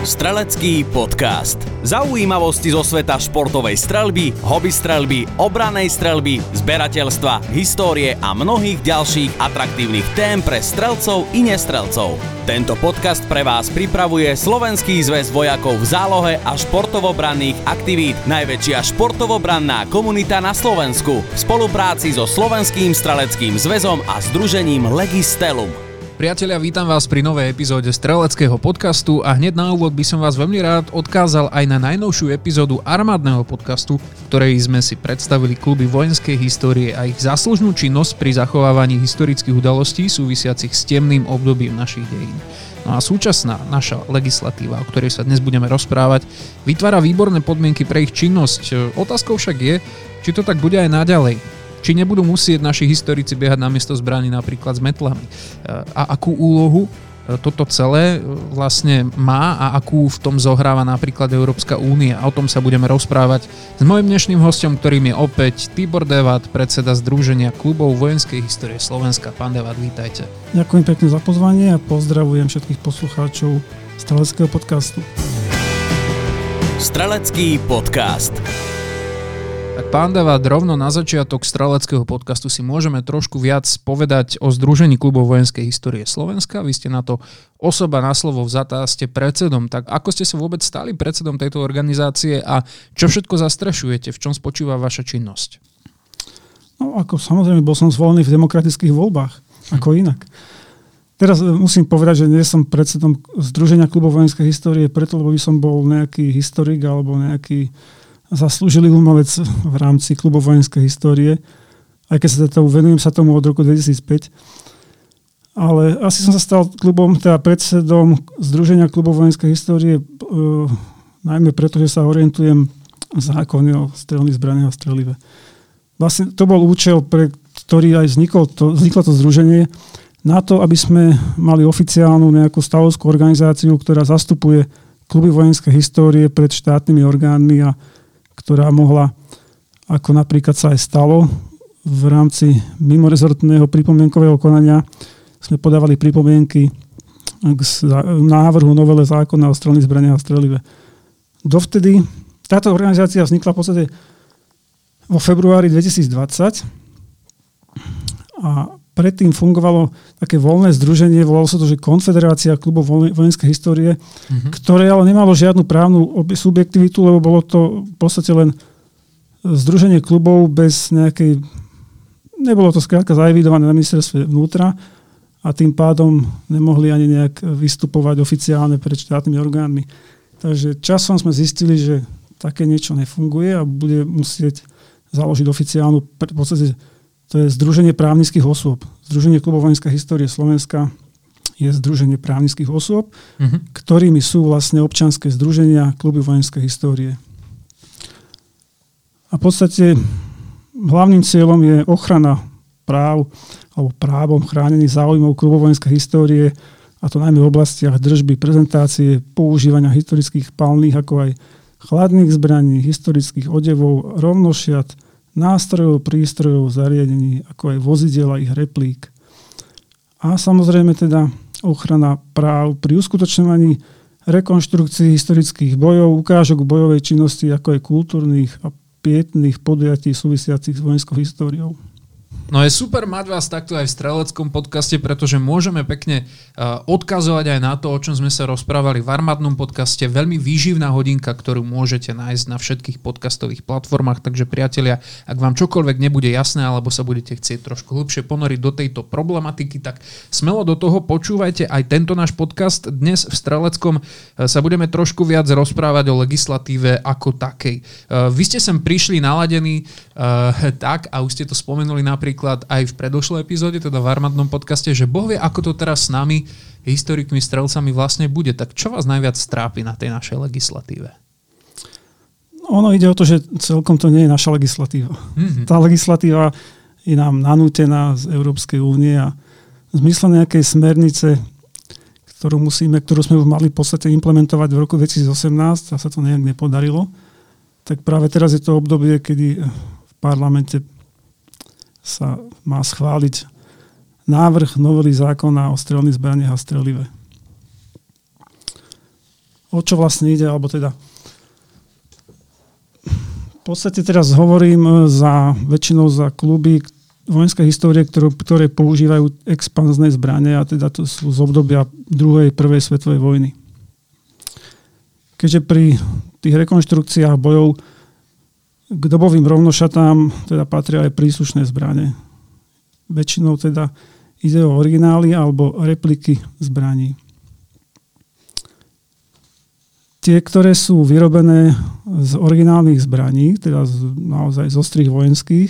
Strelecký podcast. Zaujímavosti zo sveta športovej streľby, hobby streľby, obrannej streľby, zberateľstva, histórie a mnohých ďalších atraktívnych tém pre strelcov i nestrelcov. Tento podcast pre vás pripravuje Slovenský zväz vojakov v zálohe a športovobranných aktivít, najväčšia športovobranná komunita na Slovensku, v spolupráci so Slovenským streleckým zväzom a združením Legistelum. Priatelia, vítam vás pri novej epizóde Streleckého podcastu a hneď na úvod by som vás veľmi rád odkázal aj na najnovšiu epizódu armádneho podcastu, v ktorej sme si predstavili kluby vojenskej histórie a ich záslužnú činnosť pri zachovávaní historických udalostí súvisiacich s temným obdobím našich dejín. No a súčasná naša legislatíva, o ktorej sa dnes budeme rozprávať, vytvára výborné podmienky pre ich činnosť. Otázkou však je, či to tak bude aj naďalej. Či nebudú musieť naši historici biehať namiesto zbraní napríklad s metlami. A akú úlohu toto celé vlastne má a akú v tom zohráva napríklad Európska únia. O tom sa budeme rozprávať s mojím dnešným hostom, ktorým je opäť Tibor Devat, predseda Združenia klubov vojenskej histórie Slovenska. Pán Devat, vítajte. Ďakujem pekne za pozvanie a pozdravujem všetkých poslucháčov Streleckého podcastu. Strelecký podcast. Tak pán Devat, rovno na začiatok Streleckého podcastu si môžeme trošku viac povedať o Združení klubov vojenskej histórie Slovenska. Vy ste na to osoba na slovo vzatá, ste predsedom. Tak ako ste sa vôbec stali predsedom tejto organizácie a čo všetko zastrešujete? V čom spočíva vaša činnosť? No ako samozrejme, bol som zvolený v demokratických voľbách. Ako inak. Teraz musím povedať, že nie som predsedom Združenia klubov vojenskej histórie preto, lebo by som bol nejaký historik alebo nejaký zaslúžilý umelec v rámci klubov vojenskej histórie, aj keď venujem sa tomu od roku 2005. Ale asi som sa stal predsedom Združenia klubov vojenskej histórie najmä preto, že sa orientujem v zákone o strelných zbraniach a strelive. Vlastne to bol účel, pre ktorý aj vzniklo to združenie, na to, aby sme mali oficiálnu nejakú stavovskú organizáciu, ktorá zastupuje kluby vojenskej histórie pred štátnymi orgánmi a ktorá mohla, ako napríklad sa aj stalo, v rámci mimorezortného pripomienkového konania sme podávali pripomienky k návrhu novele zákona o strelných zbraniach a strelive. Dovtedy táto organizácia vznikla v podstate vo februári 2020 a predtým fungovalo také voľné združenie, volalo sa to, že Konfederácia klubov vojenskej histórie, ktoré ale nemalo žiadnu právnu subjektivitu, lebo bolo to v podstate len združenie klubov bez nejakej... Nebolo to skrátka zaevidované na ministerstve vnútra a tým pádom nemohli ani nejak vystupovať oficiálne pred štátnymi orgánmi. Takže časom sme zistili, že také niečo nefunguje a bude musieť založiť oficiálnu... V podstate to je Združenie právnických osôb. Združenie klubov vojenskej histórie Slovenska je Združenie právnických osôb, ktorými sú vlastne občianske združenia kluby vojenskej histórie. A v podstate hlavným cieľom je ochrana práv alebo právom chránených záujmov klubov vojenskej histórie, a to najmä v oblastiach držby, prezentácie, používania historických palných, ako aj chladných zbraní, historických odevov, rovnošiat, nástrojov, prístrojov, zariadení, ako aj vozidiel a ich replík. A samozrejme teda ochrana práv pri uskutočňovaní rekonštrukcií historických bojov, ukážok bojovej činnosti, ako aj kultúrnych a pietných podujatí súvisiacich s vojenskou históriou. No je super mať vás takto aj v Streleckom podcaste, pretože môžeme pekne odkazovať aj na to, o čom sme sa rozprávali v armádnom podcaste. Veľmi výživná hodinka, ktorú môžete nájsť na všetkých podcastových platformách. Takže priatelia, ak vám čokoľvek nebude jasné, alebo sa budete chcieť trošku hlbšie ponoriť do tejto problematiky, tak smelo do toho počúvajte aj tento náš podcast. Dnes v Streleckom sa budeme trošku viac rozprávať o legislatíve ako takej. Vy ste sem prišli naladení tak, a už ste to spomenuli napríklad aj v predošlej epizóde, teda v armádnom podcaste, že Boh vie, ako to teraz s nami, historikmi, strelcami vlastne bude. Tak čo vás najviac trápi na tej našej legislatíve? Ono ide o to, že celkom to nie je naša legislatíva. Tá legislatíva je nám nanútená z Európskej únie a v zmysle nejakej smernice, ktorú sme mali v podstate implementovať v roku 2018 a sa to nejak nepodarilo, tak práve teraz je to obdobie, kedy v parlamente sa má schváliť návrh novely zákona o strelných zbraniach a strelive. o čo vlastne ide, alebo teda v podstate teraz hovorím väčšinou za kluby vojenskej histórie, ktoré používajú expanzné zbrane, a teda to sú z obdobia druhej, prvej svetovej vojny. Keďže pri tých rekonštrukciách bojov k dobovým rovnošatám teda patria aj príslušné zbrane. Väčšinou teda ide o originály alebo repliky zbraní. Tie, ktoré sú vyrobené z originálnych zbraní, teda naozaj z ostrých vojenských,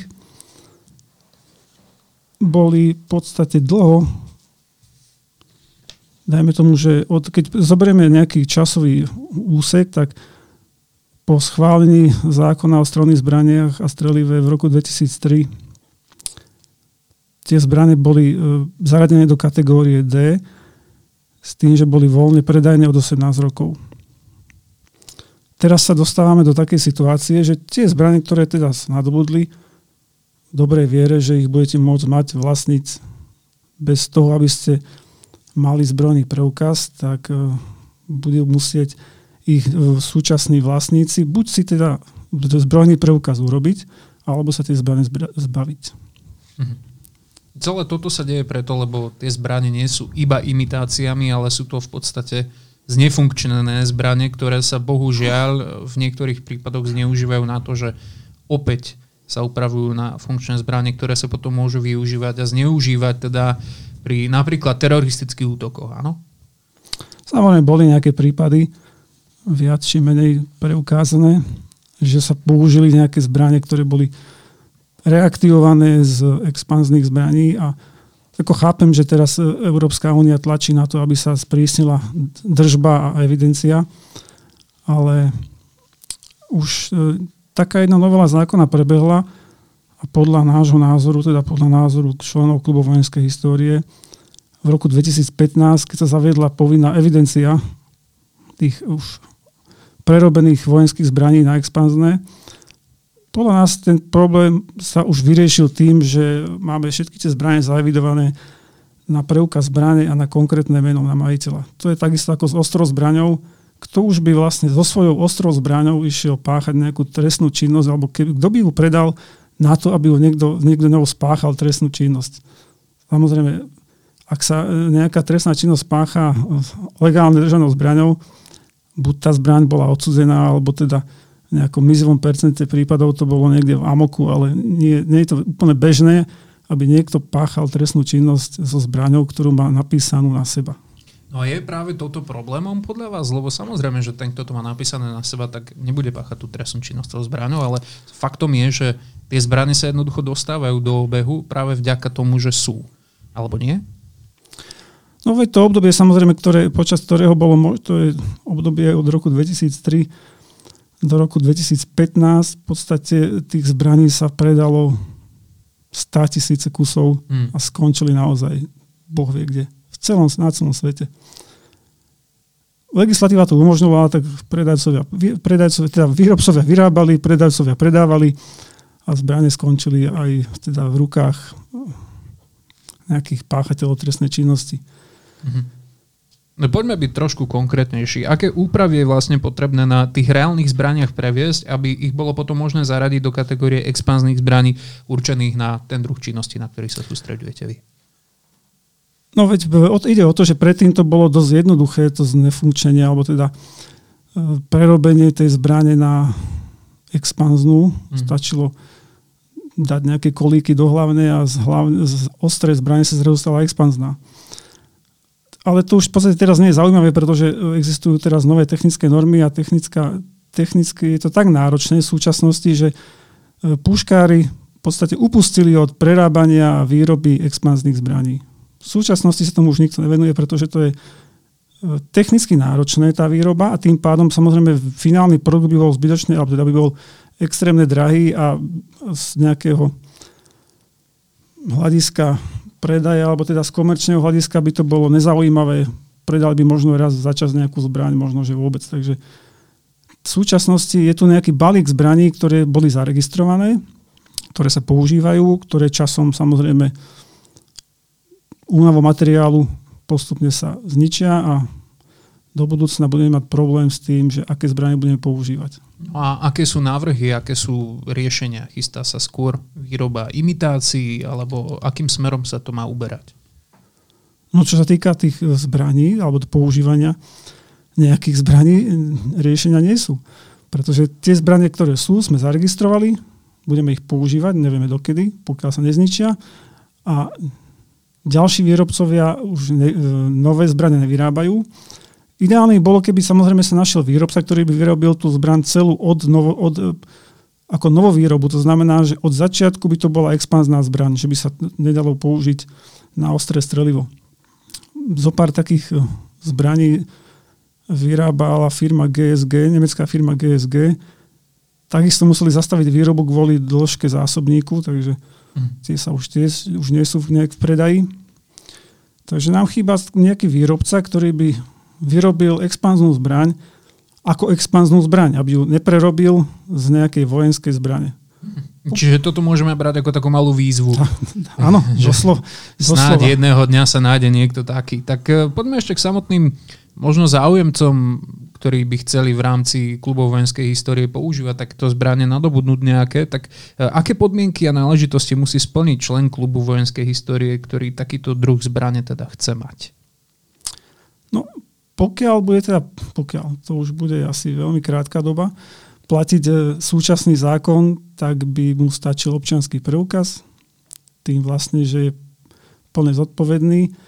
boli v podstate dlho, dajme tomu, že keď zoberieme nejaký časový úsek, tak po schválení zákona o strelných zbraniach a strelive v roku 2003 tie zbrane boli zaradené do kategórie D s tým, že boli voľne predajné od 18 rokov. Teraz sa dostávame do takej situácie, že tie zbrane, ktoré teda nadobudli v dobrej viere, že ich budete môcť mať, vlastniť bez toho, aby ste mali zbrojný preukaz, tak budú musieť ich súčasní vlastníci buď si teda zbrojný preukaz urobiť, alebo sa tie zbrane zbaviť. Celé toto sa deje preto, lebo tie zbrane nie sú iba imitáciami, ale sú to v podstate znefunkčnené zbrane, ktoré sa bohužiaľ v niektorých prípadoch zneužívajú na to, že opäť sa upravujú na funkčné zbrane, ktoré sa potom môžu využívať a zneužívať teda pri napríklad teroristických útokoch, áno? Samozrejme, boli nejaké prípady, viac či menej preukázané, že sa použili nejaké zbrane, ktoré boli reaktivované z expanzných zbraní, a ako chápem, že teraz Európska únia tlačí na to, aby sa sprísnila držba a evidencia, ale už taká jedna novela zákona prebehla a podľa nášho názoru, teda podľa názoru členov klubu vojenskej histórie, v roku 2015, keď sa zaviedla povinná evidencia tých už prerobených vojenských zbraní na expanzné, podľa nás ten problém sa už vyriešil tým, že máme všetky tie zbrane zaevidované na preukaz zbrane a na konkrétne meno na majiteľa. To je takisto ako s ostrou zbraňou. Kto už by vlastne so svojou ostrou zbraňou išiel páchať nejakú trestnú činnosť, alebo kto by ju predal na to, aby ho niekto neho spáchal trestnú činnosť. Samozrejme, ak sa nejaká trestná činnosť pácha legálne držanou zbraňou, buď tá zbraň bola odsudzená, alebo teda v nejakom mizivom percente prípadov to bolo niekde v amoku, ale nie je to úplne bežné, aby niekto páchal trestnú činnosť so zbraňou, ktorú má napísanú na seba. No a je práve toto problémom podľa vás? Lebo samozrejme, že ten, kto to má napísané na seba, tak nebude páchať tú trestnú činnosť tou zbraňou, ale faktom je, že tie zbrane sa jednoducho dostávajú do obehu práve vďaka tomu, že sú. Alebo nie? No veď to obdobie, samozrejme, počas ktorého bolo, to je obdobie od roku 2003 do roku 2015, v podstate tých zbraní sa predalo 100 000 kusov a skončili naozaj Boh vie kde. Na celom svete. Legislatíva to umožňovala, tak výrobcovia vyrábali, predajcovia predávali a zbrane skončili aj teda v rukách nejakých páchateľov trestnej činnosti. No poďme byť trošku konkrétnejší. Aké úpravy je vlastne potrebné na tých reálnych zbraniach previesť, aby ich bolo potom možné zaradiť do kategórie expanzných zbraní určených na ten druh činnosti, na ktorý sa sústreďujete vy? No veď ide o to, že predtým to bolo dosť jednoduché, to znefunkčenie, alebo teda prerobenie tej zbrane na expanznú. Stačilo dať nejaké kolíky do hlavnej a z ostrej zbrane sa zrazu stala expanzná. Ale to už v podstate teraz nie je zaujímavé, pretože existujú teraz nové technické normy a technicky je to tak náročné v súčasnosti, že puškári v podstate upustili od prerábania a výroby expanzných zbraní. V súčasnosti sa tomu už nikto nevenuje, pretože to je technicky náročné tá výroba a tým pádom samozrejme finálny produkt by bol zbytočný, alebo teda by bol extrémne drahý a z nejakého hľadiska predaja, alebo teda z komerčného hľadiska by to bolo nezaujímavé. Predali by možno raz za čas nejakú zbraň, možno že vôbec. Takže v súčasnosti je tu nejaký balík zbraní, ktoré boli zaregistrované, ktoré sa používajú, ktoré časom samozrejme únavou materiálu postupne sa zničia a do budúcna budeme mať problém s tým, že aké zbrane budeme používať. A aké sú návrhy, aké sú riešenia? Chystá sa skôr výroba imitácií, alebo akým smerom sa to má uberať? No čo sa týka tých zbraní, alebo používania nejakých zbraní, riešenia nie sú. Pretože tie zbranie, ktoré sú, sme zaregistrovali, budeme ich používať, nevieme dokedy, pokiaľ sa nezničia. A ďalší výrobcovia už nové zbrane nevyrábajú. Ideálne bolo, keby samozrejme sa našiel výrobca, ktorý by vyrobil tú zbraň celú ako novovýrobu. To znamená, že od začiatku by to bola expanzná zbraň, že by sa nedalo použiť na ostré strelivo. Zopár takých zbraní vyrábala firma GSG, nemecká firma GSG. Takisto museli zastaviť výrobu kvôli dĺžke zásobníku, takže tie sa už nie sú nejak v predaji. Takže nám chýba nejaký výrobca, ktorý by vyrobil expanznú zbraň ako expanznú zbraň, aby ju neprerobil z nejakej vojenskej zbrane. Čiže toto môžeme brať ako takú malú výzvu. Áno, doslova. Snáď jedného dňa sa nájde niekto taký. Tak poďme ešte k samotným možno záujemcom, ktorí by chceli v rámci klubov vojenskej histórie používať takéto zbrane, nadobudnúť nejaké. Tak aké podmienky a náležitosti musí splniť člen klubu vojenskej histórie, ktorý takýto druh zbrane teda chce mať? No, pokiaľ, to už bude asi veľmi krátka doba, platiť súčasný zákon, tak by mu stačil občiansky preukaz. Tým vlastne, že je plne zodpovedný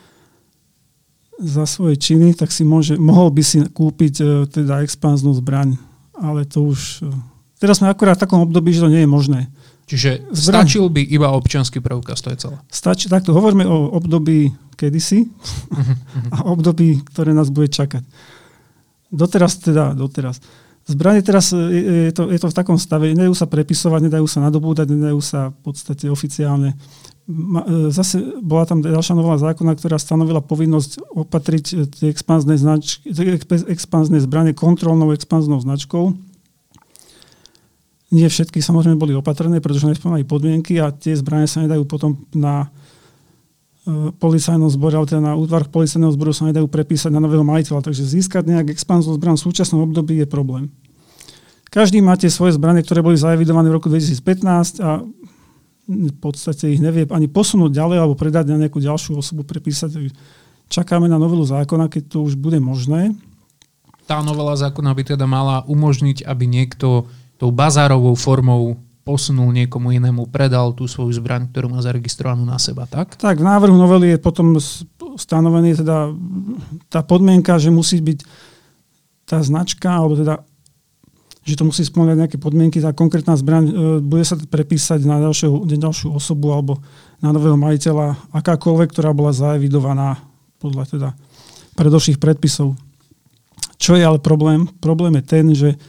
za svoje činy, tak mohol by si kúpiť teda expanznú zbraň. Ale to už... Teraz sme akurát v takom období, že to nie je možné. Čiže stačil by iba občiansky preukaz, to je celé. Takto hovoríme o období kedysi a období, ktoré nás bude čakať. Doteraz. Zbrane teraz je to v takom stave, nedajú sa prepisovať, nedajú sa nadobúdať, nedajú sa v podstate oficiálne. Zase bola tam ďalšia novela zákona, ktorá stanovila povinnosť opatriť tie expanzné zbrane kontrolnou expanznou značkou. Nie všetky samozrejme boli opatrené, pretože nesplňali podmienky a tie zbrane sa nedajú potom na policajnom zbore, alebo teda na útvar policajného zboru sa nedajú prepísať na nového majiteľa. Takže získať nejak expanznú zbraň v súčasnom období je problém. Každý máte svoje zbrane, ktoré boli zaevidované v roku 2015 a v podstate ich nevie ani posunúť ďalej alebo predať na nejakú ďalšiu osobu, prepísať. Čakáme na novelu zákona, keď to už bude možné. Tá novela zákona by teda mala umožniť, aby niekto tou bazárovou formou posunul niekomu inému, predal tú svoju zbraň, ktorú má zaregistrovanú na seba, tak? Tak, v návrhu novely je potom stanovený teda tá podmienka, že musí byť tá značka, alebo teda, že to musí spĺňať nejaké podmienky, tá konkrétna zbraň bude sa prepísať na ďalšiu osobu alebo na nového majiteľa, akákoľvek, ktorá bola zaevidovaná podľa teda predošlých predpisov. Čo je ale problém? Problém je ten, že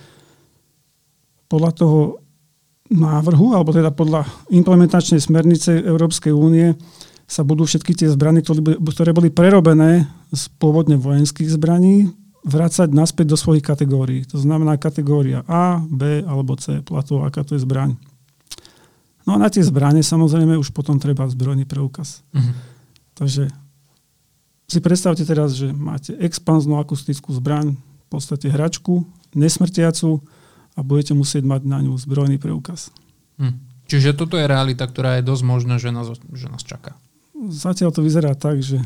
podľa toho návrhu, alebo teda podľa implementačnej smernice Európskej únie sa budú všetky tie zbrany, ktoré boli prerobené z pôvodne vojenských zbraní, vrácať naspäť do svojich kategórií. To znamená kategória A, B alebo C, podľa toho, aká to je zbraň. No a na tie zbrane samozrejme už potom treba zbrojný preukaz. Takže si predstavte teraz, že máte expanznú akustickú zbraň, v podstate hračku, nesmrtiacu, a budete musieť mať na ňu zbrojný preukaz. Čiže toto je realita, ktorá je dosť možná, že nás čaká. Zatiaľ to vyzerá tak, že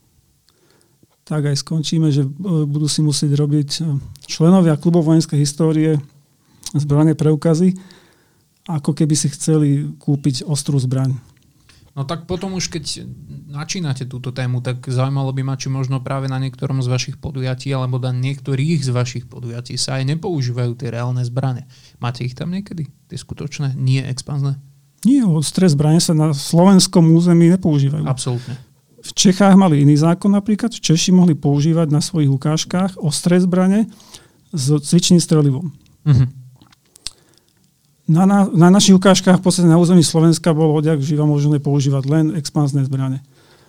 tak aj skončíme, že budú si musieť robiť členovia klubov vojenskej histórie zbrojné preukazy, ako keby si chceli kúpiť ostrú zbraň. No tak potom už keď načínate túto tému, tak zaujímalo by ma, či možno práve na niektorom z vašich podujatí alebo na niektorých z vašich podujatí sa aj nepoužívajú tie reálne zbrane. Máte ich tam niekedy? Tie skutočné, nie expanzné? Nie, ostré zbrane sa na slovenskom území nepoužívajú. Absolútne. V Čechách mali iný zákon napríklad. Češi mohli používať na svojich ukážkach ostré zbrane s cvičným strelivom. Na našich ukážkach v podstate na území Slovenska bolo odjak živa možné používať len expanzné zbrane.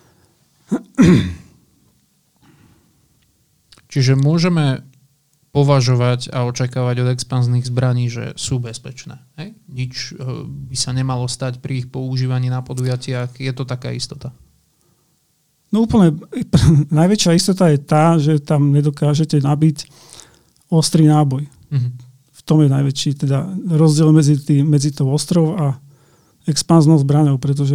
Čiže môžeme považovať a očakávať od expanzných zbraní, že sú bezpečné. Hej? Nič by sa nemalo stať pri ich používaní na podujatiach. Je to taká istota? No úplne, najväčšia istota je tá, že tam nedokážete nabiť ostrý náboj. V tom je najväčší teda rozdiel medzi tou ostrou a expanznou zbraňou, pretože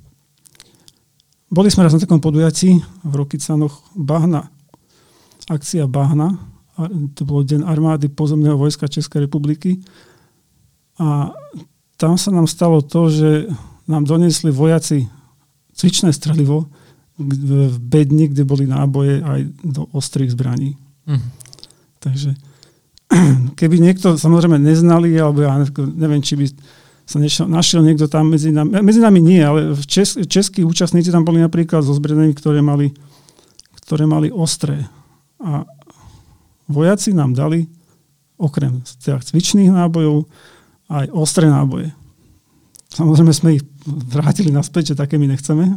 boli sme raz na takom podujatí v Rokycanoch akcia Bahna, to bol Deň armády pozemného vojska Českej republiky a tam sa nám stalo to, že nám doniesli vojaci cvičné strelivo v bedni, kde boli náboje aj do ostrých zbraní. Takže keby niekto samozrejme neznali, alebo ja neviem, či by sa našiel niekto tam medzi nami nie, ale českí účastníci tam boli napríklad so zbranami, ktoré mali ostré. A vojaci nám dali okrem cvičných nábojov aj ostré náboje. Samozrejme sme ich vrátili naspäť, že také my nechceme.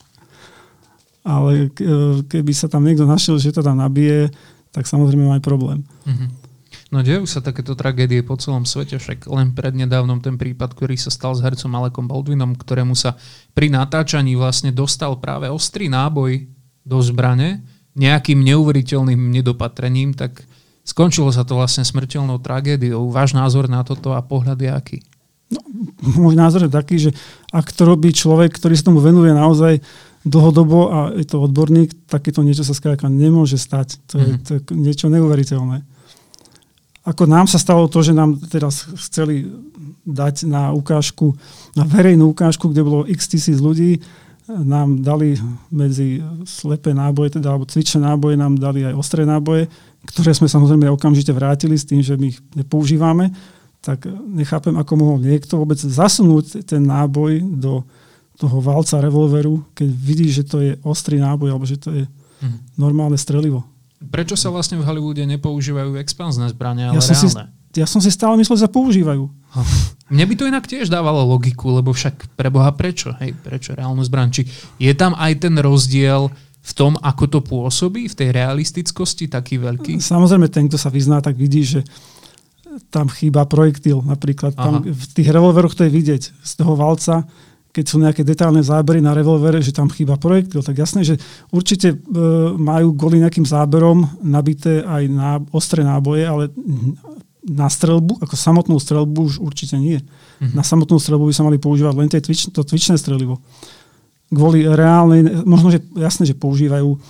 Ale keby sa tam niekto našiel, že to tam nabije, tak samozrejme má problém. No dejú sa takéto tragédie po celom svete, však len prednedávnom ten prípad, ktorý sa stal s hercom Alekom Baldwinom, ktorému sa pri natáčaní vlastne dostal práve ostrý náboj do zbrane nejakým neuveriteľným nedopatrením, tak skončilo sa to vlastne smrteľnou tragédiou. Váš názor na toto a pohľad je aký? No, môj názor je taký, že ak to robí človek, ktorý sa tomu venuje naozaj dlhodobo a je to odborník, takéto niečo sa skrátka nemôže stať. To je niečo neuveriteľné. Ako nám sa stalo to, že nám teraz chceli dať na ukážku, na verejnú ukážku, kde bolo x tisíc ľudí, nám dali medzi slepé náboje, teda, alebo cvičné náboje, nám dali aj ostré náboje, ktoré sme samozrejme okamžite vrátili s tým, že my ich nepoužívame. Tak nechápem, ako mohol niekto vôbec zasunúť ten náboj do toho valca revolveru, keď vidí, že to je ostrý náboj, alebo že to je normálne strelivo. Prečo sa vlastne v Hollywoode nepoužívajú expanzné zbrane, ale reálne? Ja som si stále myslel, že sa používajú. Mne by to inak tiež dávalo logiku, lebo však preboha prečo? Hej, prečo reálnu zbraň? Či je tam aj ten rozdiel v tom, ako to pôsobí, v tej realistickosti taký veľký? Samozrejme, ten, kto sa vyzná, tak vidí, že tam chýba projektil. Napríklad tam v tých revolveroch to je vidieť z toho valca, keď sú nejaké detailné zábery na revolvere, že tam chýba projektil, tak jasné, že určite majú kvôli nejakým záberom nabité aj na ostré náboje, ale na streľbu, ako samotnú streľbu už určite nie. Na samotnú streľbu by sa mali používať len to cvičné strelivo. Kvôli reálnej, možno, že jasné, že používajú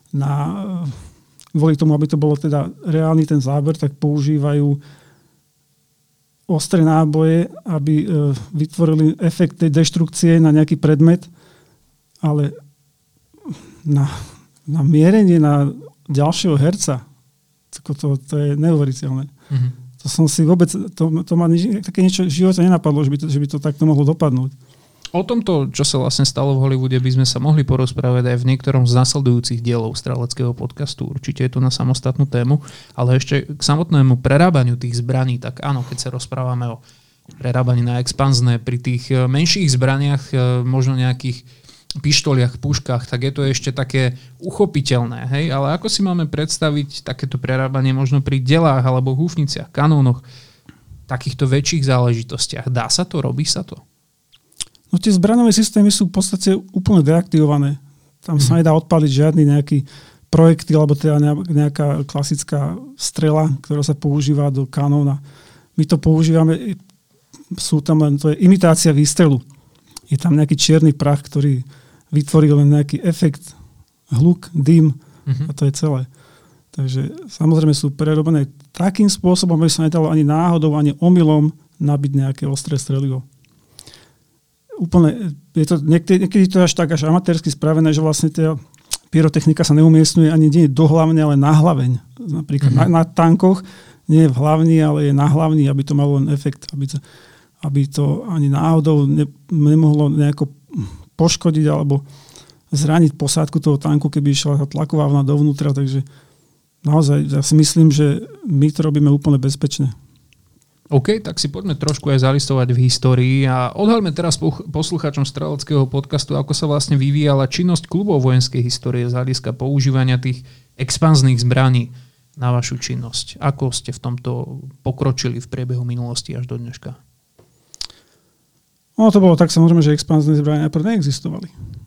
kvôli tomu, aby to bolo teda reálny ten záber, tak používajú ostré náboje, aby vytvorili efekt tej deštrukcie na nejaký predmet, ale na mierenie na ďalšieho herca, to je neuveriteľné. To som si vôbec, to ma také niečo v živote nenapadlo, že by to takto mohlo dopadnúť. O tomto, čo sa vlastne stalo v Hollywoode, by sme sa mohli porozprávať aj v niektorom z nasledujúcich dielov Streleckého podcastu. Určite je to na samostatnú tému, ale ešte k samotnému prerábaniu tých zbraní, tak áno, keď sa rozprávame o prerábaní na expanzné, pri tých menších zbraniach, možno nejakých pištoliach, puškách, tak je to ešte také uchopiteľné. Hej? Ale ako si máme predstaviť takéto prerábanie možno pri delách alebo húfniciach, kanónoch, takýchto väčších záležitostiach? Dá sa to? Robí sa to? No tie zbraňové systémy sú v podstate úplne deaktivované. Tam sa nedá odpaliť žiadny nejaký projektil, alebo teda nejaká klasická strela, ktorá sa používa do kanóna. My to používame, to je imitácia výstrelu. Je tam nejaký čierny prach, ktorý vytvorí len nejaký efekt, hluk, dym a to je celé. Takže samozrejme sú prerobené takým spôsobom, aby sa nedalo ani náhodou, ani omylom nabiť nejaké ostré strelivo. Úplne, niekedy to je až amatérsky spravené, že vlastne tá pyrotechnika sa neumiestňuje ani nie do hlavne, ale na hlaveň. Napríklad na tankoch nie je v hlavni, ale je na hlavni, aby to malo len efekt, aby to ani náhodou nemohlo nejako poškodiť alebo zraniť posádku toho tanku, keby išla tlaková vlna dovnútra. Takže naozaj, ja si myslím, že my to robíme úplne bezpečne. OK, tak si poďme trošku aj zalistovať v histórii a odhaľme teraz poslucháčom Streleckého podcastu, ako sa vlastne vyvíjala činnosť klubov vojenskej histórie z hľadiska používania tých expanzných zbraní na vašu činnosť. Ako ste v tomto pokročili v priebehu minulosti až do dneška? No to bolo tak samozrejme, že expanzné zbrane najprv neexistovali.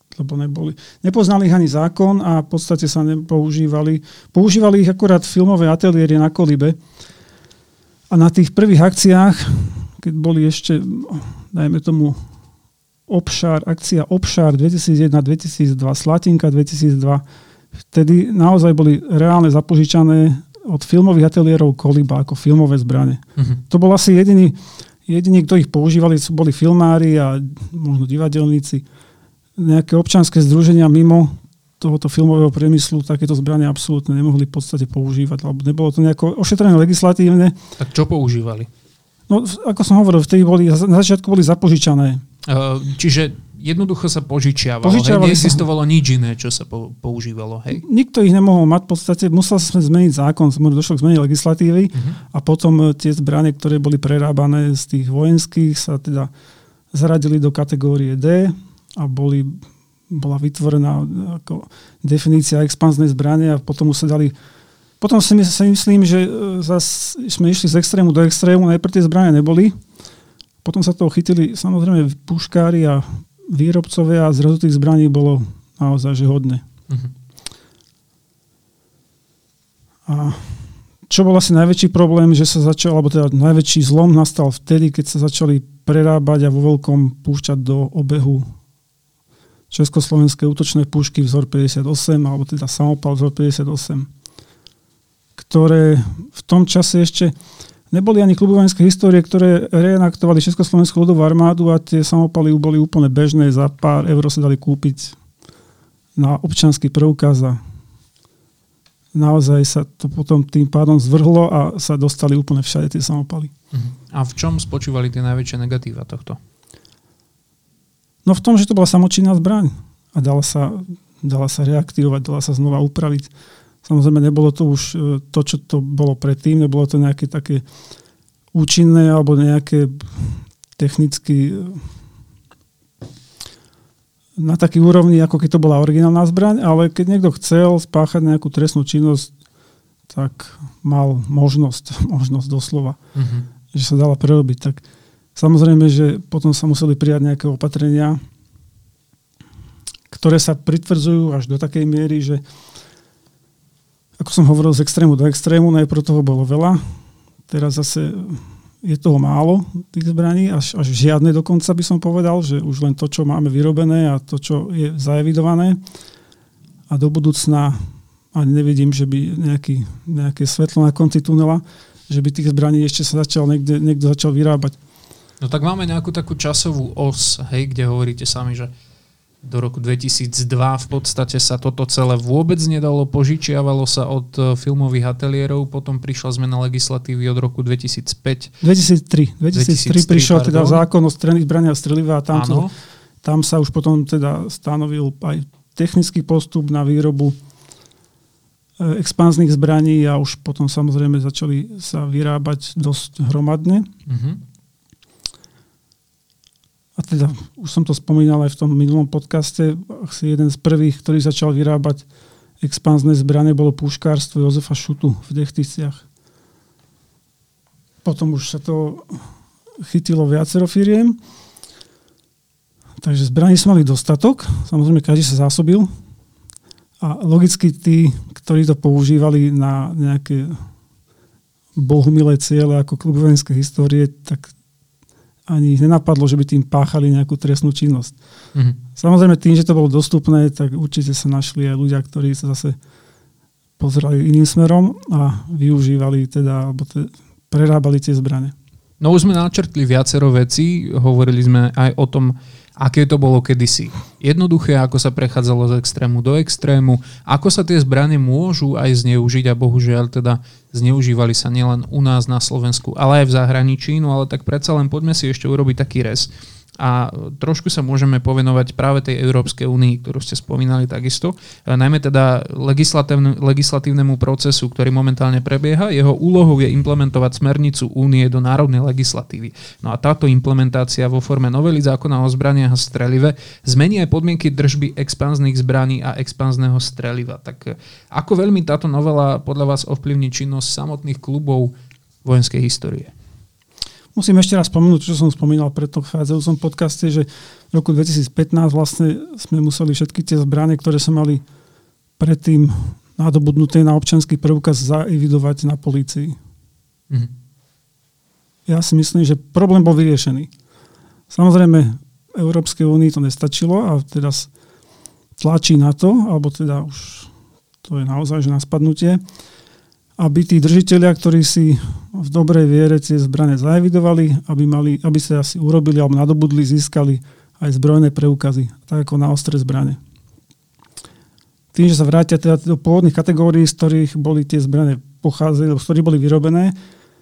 lebo nepoznali ich ani zákon a v podstate sa nepoužívali. Používali ich akurát filmové ateliéry na Kolibe. A na tých prvých akciách, keď boli ešte, dajme tomu, akcia Obšár 2001-2002, Slatinka 2002, vtedy naozaj boli reálne zapožičané od filmových ateliérov Koliba ako filmové zbrane. To bol asi jediný, kto ich používali, boli filmári a možno divadelníci. Nejaké občianske združenia mimo tohoto filmového priemyslu takéto zbrane absolútne nemohli v podstate používať, alebo nebolo to nejako ošetrené legislatívne. Tak čo používali? No, ako som hovoril, vtedy na začiatku boli zapožičané. Čiže jednoducho sa požičiavalo. Neexistovalo nič iné, čo sa používalo. Hej? Nikto ich nemohol mať. V podstate musel sa zmeniť zákon, došlo k zmene legislatívy a potom tie zbrane, ktoré boli prerábané z tých vojenských, sa teda zaradili do kategórie D a bola vytvorená ako definícia expanznej zbrane a potom už sa dali. Potom si myslím, že sme išli z extrému do extrému. Najprv tie zbrane neboli. Potom sa toho chytili samozrejme puškári a výrobcovia a zrazu tých zbraní bolo naozaj že hodne. A čo bol asi najväčší problém, že sa začal, alebo teda najväčší zlom nastal vtedy, keď sa začali prerábať a vo veľkom púšťať do obehu československé útočné pušky vzor 58, alebo teda samopal vzor 58, ktoré v tom čase ešte neboli ani kluby vojenskej histórie, ktoré reenaktovali Československú ľudovú armádu a tie samopaly boli úplne bežné, za pár eur sa dali kúpiť na občiansky preukaz a naozaj sa to potom tým pádom zvrhlo a sa dostali úplne všade tie samopaly. A v čom spočívali tie najväčšie negatíva tohto? No v tom, že to bola samočinná zbraň a dala sa reaktivovať, dala sa znova upraviť. Samozrejme, nebolo to už to, čo to bolo predtým, nebolo to nejaké také účinné alebo nejaké technicky na taký úrovni, ako keď to bola originálna zbraň, ale keď niekto chcel spáchať nejakú trestnú činnosť, tak mal možnosť doslova, že sa dala prerobiť. Tak samozrejme, že potom sa museli prijať nejaké opatrenia, ktoré sa pritvrdzujú až do takej miery, že ako som hovoril, z extrému do extrému, najprv toho bolo veľa, teraz zase je toho málo, tých zbraní, až žiadne dokonca by som povedal, že už len to, čo máme vyrobené a to, čo je zaevidované. A do budúcna ani nevidím, že by nejaké svetlo na konci tunela, že by tých zbraní ešte sa niekto začal vyrábať. No tak máme nejakú takú časovú os, hej, kde hovoríte sami, že do roku 2002 v podstate sa toto celé vôbec nedalo, požičiavalo sa od filmových ateliérov, potom prišla zmena legislatívy od roku 2005. 2003 prišiel teda zákon o strelných zbraniach a streliva a tam sa už potom teda stanovil aj technický postup na výrobu expanzných zbraní a už potom samozrejme začali sa vyrábať dosť hromadne. A teda, už som to spomínal aj v tom minulom podcaste, asi jeden z prvých, ktorý začal vyrábať expanzné zbrane, bolo puškárstvo Jozefa Šutu v Dechticiach. Potom už sa to chytilo viacero firiem. Takže zbraní sme mali dostatok. Samozrejme, každý sa zásobil. A logicky tí, ktorí to používali na nejaké bohumilé ciele ako klub vojenskej histórie, tak ani ich nenapadlo, že by tým páchali nejakú trestnú činnosť. Samozrejme tým, že to bolo dostupné, tak určite sa našli aj ľudia, ktorí sa zase pozerali iným smerom a využívali alebo prerábali tie zbrane. No už sme načrtli viacero vecí, hovorili sme aj o tom, aké to bolo kedysi jednoduché, ako sa prechádzalo z extrému do extrému, ako sa tie zbrane môžu aj zneužiť a bohužiaľ teda zneužívali sa nielen u nás na Slovensku, ale aj v zahraničí, no ale tak predsa len poďme si ešte urobiť taký rez. A trošku sa môžeme povenovať práve tej Európskej únii, ktorú ste spomínali takisto. Najmä teda legislatívnemu procesu, ktorý momentálne prebieha. Jeho úlohou je implementovať smernicu únie do národnej legislatívy. No a táto implementácia vo forme novely zákona o zbraniach a strelive zmení aj podmienky držby expanzných zbraní a expanzného streliva. Tak ako veľmi táto novela podľa vás ovplyvní činnosť samotných klubov vojenskej histórie? Musím ešte raz spomenúť, čo som spomínal pred dochádzajúcom podcaste, že v roku 2015 vlastne sme museli všetky tie zbrane, ktoré sme mali predtým nadobudnuté na občiansky preukaz, zaevidovať na polícii. Ja si myslím, že problém bol vyriešený. Samozrejme, v Európskej únii to nestačilo a teraz tlačí na to, alebo teda už to je naozaj že na spadnutie, aby tí držitelia, ktorí si v dobrej viere tie zbrane zaevidovali, aby sa asi urobili alebo nadobudli, získali aj zbrojné preukazy, tak ako na ostré zbrane. Tým, že sa vrátia teda do pôvodných kategórií, z ktorých boli tie zbrane pochádzali, z ktorých boli vyrobené,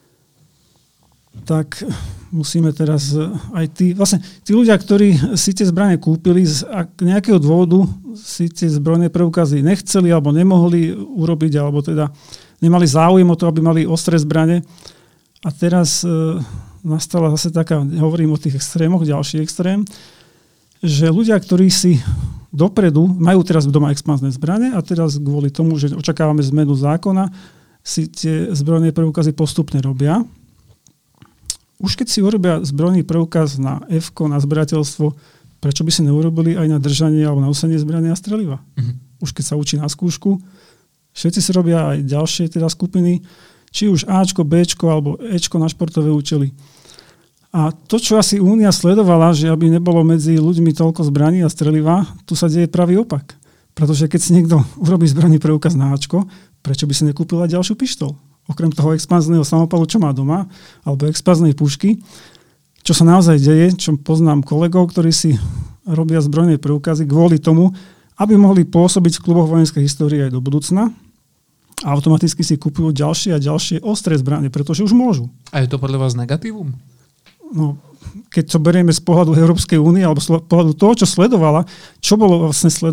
tak musíme teraz aj tí ľudia, ktorí si tie zbrane kúpili, z nejakého dôvodu si tie zbrojné preukazy nechceli alebo nemohli urobiť, alebo teda nemali záujem o to, aby mali ostré zbrane. A teraz nastala zase taká, hovorím o tých extrémoch, ďalší extrém, že ľudia, ktorí si dopredu majú teraz doma expanzné zbrane a teraz kvôli tomu, že očakávame zmenu zákona, si tie zbrojné preukazy postupne robia. Už keď si urobia zbrojný preukaz na F-ko, na zberateľstvo, prečo by si neurobili aj na držanie alebo na nosenie zbrane a streliva? Už keď sa učí na skúšku, všetci si robia aj ďalšie teda skupiny, či už Ačko, Bčko alebo Ečko na športové účely. A to, čo asi Únia sledovala, že aby nebolo medzi ľuďmi toľko zbraní a streliva, tu sa deje pravý opak. Pretože keď si niekto urobí zbrojný preukaz na Ačko, prečo by si nekúpil aj ďalšiu pištoľ? Okrem toho expanzného samopalu, čo má doma, alebo expanznej pušky, čo sa naozaj deje, čo poznám kolegov, ktorí si robia zbrojné preukazy kvôli tomu, aby mohli pôsobiť v kluboch vojenskej histórie aj do budúcna a automaticky si kupujú ďalšie a ďalšie ostré zbrane, pretože už môžu. A je to podľa vás negatívum? No, keď to berieme z pohľadu Európskej únie alebo z pohľadu toho, čo sledovala, čo bolo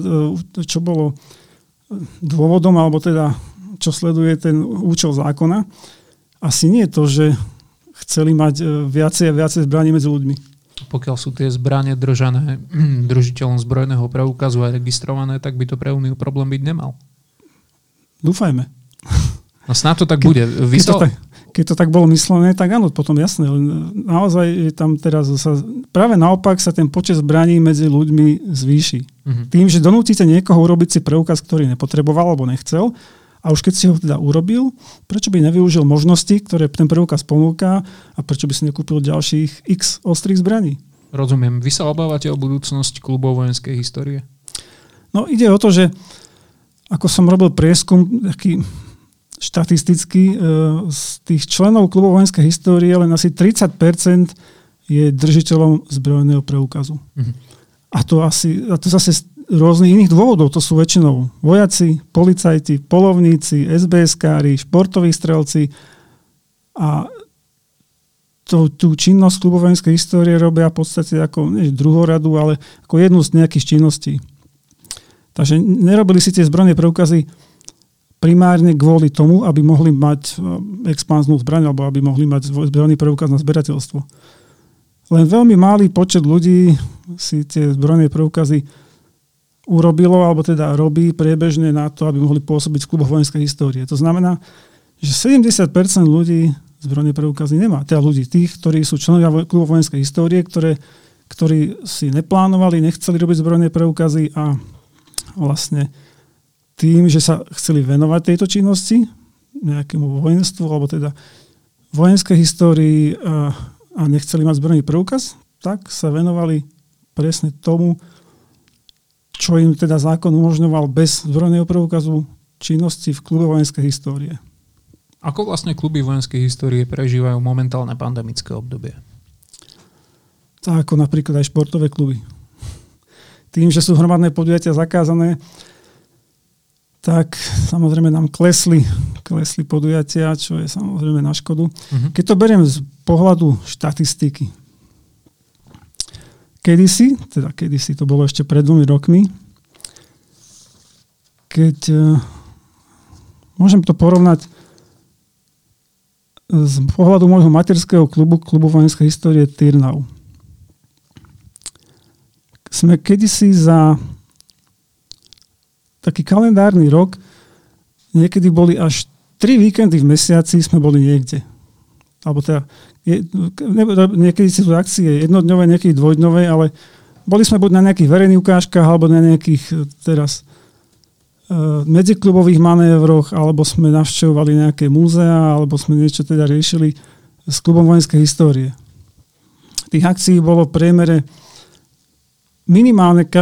dôvodom, alebo teda čo sleduje ten účel zákona, asi nie je to, že chceli mať viacej a viacej zbraní medzi ľuďmi. Pokiaľ sú tie zbrane držané držiteľom zbrojného preukazu a registrované, tak by to pre Úniu problém byť nemal. Dúfajme. No snáď to tak bude. Keď to tak bolo myslené, tak áno, potom jasné. Naozaj je tam teraz práve naopak sa ten počet zbraní medzi ľuďmi zvýši. Tým, že donútite niekoho urobiť si preukaz, ktorý nepotreboval alebo nechcel, a už keď si ho teda urobil, prečo by nevyužil možnosti, ktoré ten preukaz ponúka a prečo by si nekúpil ďalších x ostrých zbraní? Rozumiem. Vy sa obávate o budúcnosť klubov vojenskej histórie? No ide o to, že ako som robil prieskum taký štatisticky, z tých členov klubov vojenskej histórie len asi 30% je držiteľom zbrojného preukazu. A to zase rôznych iných dôvodov. To sú väčšinou vojaci, policajti, polovníci, SBS-kári, športoví strelci a tú činnosť klubov vojenskej histórie robia v podstate ako druhoradu, ale ako jednu z nejakých činností. Takže nerobili si tie zbrojné preukazy primárne kvôli tomu, aby mohli mať expanznú zbraň alebo aby mohli mať zbrojný preukaz na zberateľstvo. Len veľmi malý počet ľudí si tie zbrojné preukazy urobilo, alebo teda robí priebežne na to, aby mohli pôsobiť v kluboch vojenskej histórie. To znamená, že 70% ľudí zbrojné preukazy nemá. Teda ľudí, tých, ktorí sú členovia klubov vojenskej histórie, ktorí si neplánovali, nechceli robiť zbrojné preukazy a vlastne tým, že sa chceli venovať tejto činnosti, nejakému vojenstvu, alebo teda vojenskej histórii a nechceli mať zbrojný preukaz, tak sa venovali presne tomu, čo im teda zákon umožňoval bez zbrojného preukazu činnosti v klube vojenskej histórie. Ako vlastne kluby vojenskej histórie prežívajú momentálne pandemické obdobie? Tak ako napríklad aj športové kluby. Tým, že sú hromadné podujatia zakázané, tak samozrejme nám klesli podujatia, čo je samozrejme na škodu. Keď to beriem z pohľadu štatistiky, kedysi, to bolo ešte pred 2 rokmi, keď môžem to porovnať z pohľadu môjho materského klubu vojenskej histórie Tyrnau. Sme kedysi za taký kalendárny rok, niekedy boli až 3 víkendy v mesiaci sme boli niekde. alebo teda niekedy sú akcie jednodňové, niekedy dvojdňové, ale boli sme buď na nejakých verejných ukážkach, alebo na nejakých teraz medziklubových manévroch, alebo sme navštevovali nejaké múzea, alebo sme niečo teda riešili s klubom vojenskej histórie. Tých akcií bolo v priemere minimálne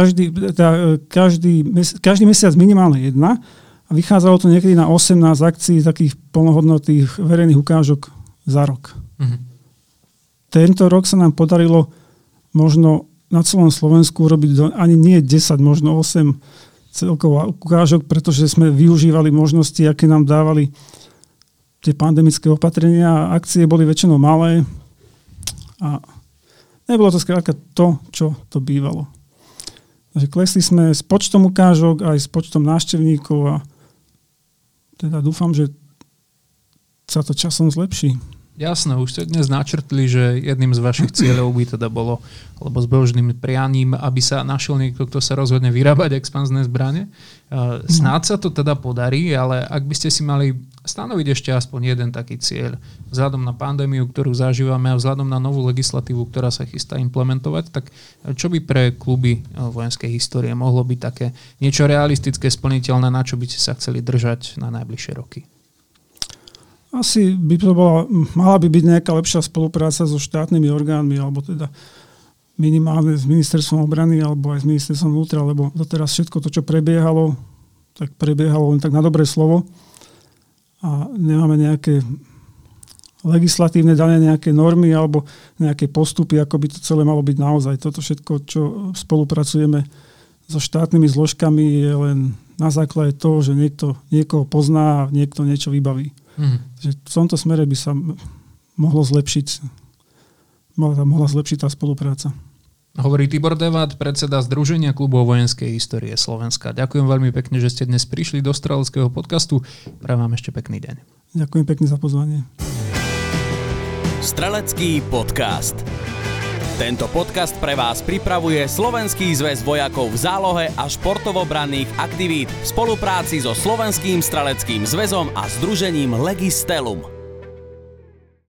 každý mesiac minimálne jedna a vychádzalo to niekedy na 18 akcií takých plnohodnotných verejných ukážok za rok. Mhm. Tento rok sa nám podarilo možno na celom Slovensku urobiť ani nie 10, možno 8 celkovo ukážok, pretože sme využívali možnosti, aké nám dávali tie pandemické opatrenia. Akcie boli väčšinou malé a nebolo to skrátka to, čo to bývalo. Takže klesli sme s počtom ukážok aj s počtom návštevníkov a teda dúfam, že sa to časom zlepší. Jasné, už ste dnes načrtli, že jedným z vašich cieľov by teda bolo, alebo s božným prianím, aby sa našiel niekto, kto sa rozhodne vyrábať expanzné zbrane. Snáď sa to teda podarí, ale ak by ste si mali stanoviť ešte aspoň jeden taký cieľ, vzhľadom na pandémiu, ktorú zažívame a vzhľadom na novú legislatívu, ktorá sa chystá implementovať, tak čo by pre kluby vojenskej histórie mohlo byť také niečo realistické, splniteľné, na čo by ste sa chceli držať na najbližšie roky? Asi by to mala by byť nejaká lepšia spolupráca so štátnymi orgánmi, alebo teda minimálne s ministerstvom obrany, alebo aj s ministerstvom vnútra, lebo doteraz všetko to, čo prebiehalo, tak prebiehalo len tak na dobré slovo. A nemáme nejaké legislatívne dané nejaké normy alebo nejaké postupy, ako by to celé malo byť naozaj. Toto všetko, čo spolupracujeme so štátnymi zložkami, je len na základe toho, že niekto niekoho pozná a niekto niečo vybaví. Takže v tomto smere by sa mohla zlepšiť tá spolupráca. Hovorí Tibor Devát, predseda Združenia klubov vojenskej histórie Slovenska. Ďakujem veľmi pekne, že ste dnes prišli do Streleckého podcastu. Prajem vám ešte pekný deň. Ďakujem pekne za pozvanie. Strelecký podcast. Tento podcast pre vás pripravuje Slovenský zväz vojakov v zálohe a športovobranných aktivít v spolupráci so Slovenským streleckým zväzom a združením Legistelum.